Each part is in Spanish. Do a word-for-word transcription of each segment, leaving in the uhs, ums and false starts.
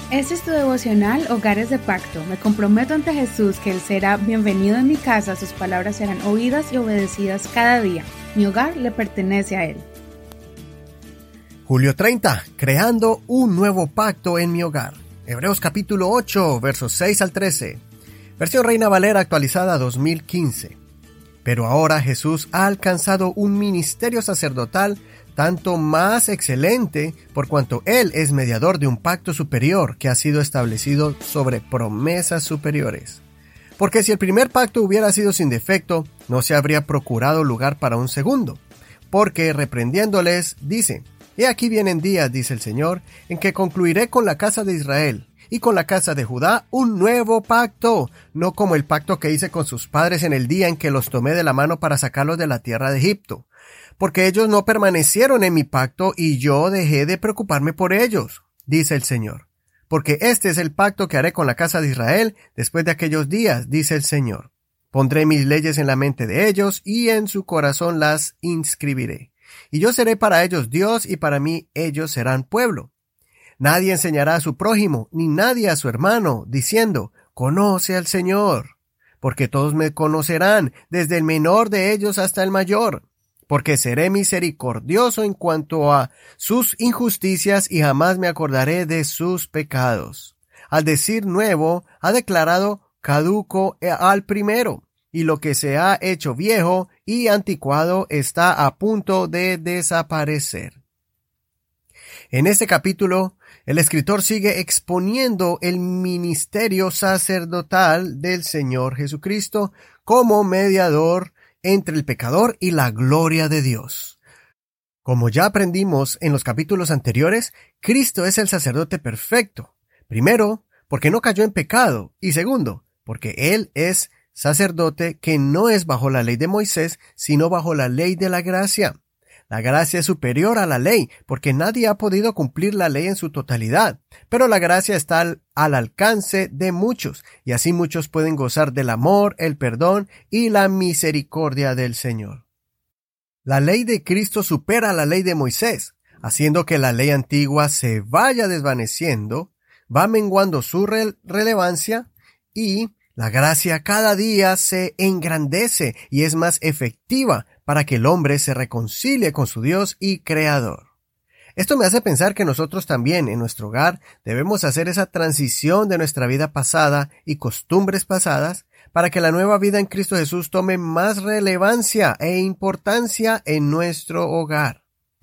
Este es tu devocional Hogares de Pacto. Me comprometo ante Jesús que Él será bienvenido en mi casa, sus palabras serán oídas y obedecidas cada día. Mi hogar le pertenece a Él. Julio treinta, creando un nuevo pacto en mi hogar. Hebreos capítulo ocho, versos seis al trece. Versión Reina Valera actualizada dos mil quince. Pero ahora Jesús ha alcanzado un ministerio sacerdotal tanto más excelente por cuanto Él es mediador de un pacto superior que ha sido establecido sobre promesas superiores. Porque si el primer pacto hubiera sido sin defecto, no se habría procurado lugar para un segundo. Porque reprendiéndoles, dice: He aquí vienen días, dice el Señor, en que concluiré con la casa de Israel y con la casa de Judá un nuevo pacto, no como el pacto que hice con sus padres en el día en que los tomé de la mano para sacarlos de la tierra de Egipto. Porque ellos no permanecieron en mi pacto y yo dejé de preocuparme por ellos, dice el Señor. Porque este es el pacto que haré con la casa de Israel después de aquellos días, dice el Señor. Pondré mis leyes en la mente de ellos y en su corazón las inscribiré. Y yo seré para ellos Dios y para mí ellos serán pueblo. Nadie enseñará a su prójimo, ni nadie a su hermano, diciendo: Conoce al Señor. Porque todos me conocerán, desde el menor de ellos hasta el mayor. Porque seré misericordioso en cuanto a sus injusticias y jamás me acordaré de sus pecados. Al decir nuevo, ha declarado caduco al primero, y lo que se ha hecho viejo y anticuado está a punto de desaparecer. En este capítulo, el escritor sigue exponiendo el ministerio sacerdotal del Señor Jesucristo como mediador entre el pecador y la gloria de Dios. Como ya aprendimos en los capítulos anteriores, Cristo es el sacerdote perfecto. Primero, porque no cayó en pecado, y segundo, porque Él es sacerdote que no es bajo la ley de Moisés, sino bajo la ley de la gracia. La gracia es superior a la ley, porque nadie ha podido cumplir la ley en su totalidad, pero la gracia está al, al alcance de muchos, y así muchos pueden gozar del amor, el perdón y la misericordia del Señor. La ley de Cristo supera a la ley de Moisés, haciendo que la ley antigua se vaya desvaneciendo, va menguando su re- relevancia y la gracia cada día se engrandece y es más efectiva para que el hombre se reconcilie con su Dios y Creador. Esto me hace pensar que nosotros también en nuestro hogar debemos hacer esa transición de nuestra vida pasada y costumbres pasadas para que la nueva vida en Cristo Jesús tome más relevancia e importancia en nuestro hogar.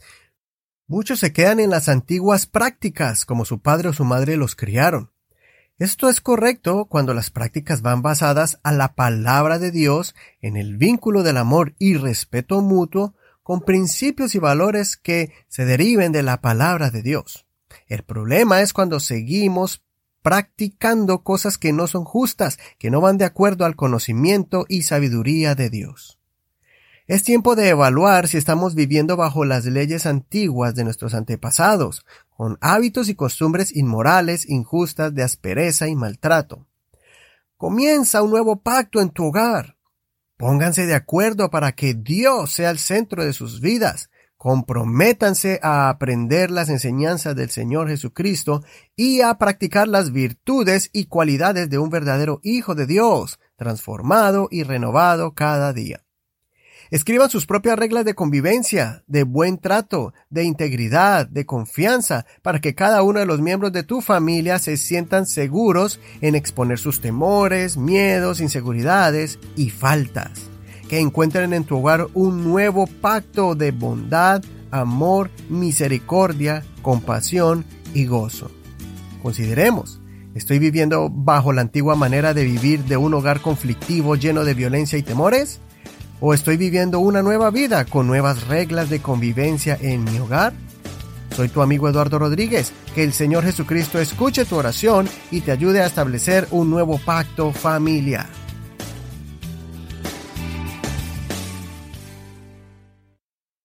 Muchos se quedan en las antiguas prácticas como su padre o su madre los criaron. Esto es correcto cuando las prácticas van basadas a la palabra de Dios en el vínculo del amor y respeto mutuo con principios y valores que se deriven de la palabra de Dios. El problema es cuando seguimos practicando cosas que no son justas, que no van de acuerdo al conocimiento y sabiduría de Dios. Es tiempo de evaluar si estamos viviendo bajo las leyes antiguas de nuestros antepasados, con hábitos y costumbres inmorales, injustas, de aspereza y maltrato. Comienza un nuevo pacto en tu hogar. Pónganse de acuerdo para que Dios sea el centro de sus vidas. Comprométanse a aprender las enseñanzas del Señor Jesucristo y a practicar las virtudes y cualidades de un verdadero Hijo de Dios, transformado y renovado cada día. Escriban sus propias reglas de convivencia, de buen trato, de integridad, de confianza, para que cada uno de los miembros de tu familia se sientan seguros en exponer sus temores, miedos, inseguridades y faltas. Que encuentren en tu hogar un nuevo pacto de bondad, amor, misericordia, compasión y gozo. Consideremos, ¿estoy viviendo bajo la antigua manera de vivir de un hogar conflictivo lleno de violencia y temores? ¿O estoy viviendo una nueva vida con nuevas reglas de convivencia en mi hogar? Soy tu amigo Eduardo Rodríguez. Que el Señor Jesucristo escuche tu oración y te ayude a establecer un nuevo pacto familiar.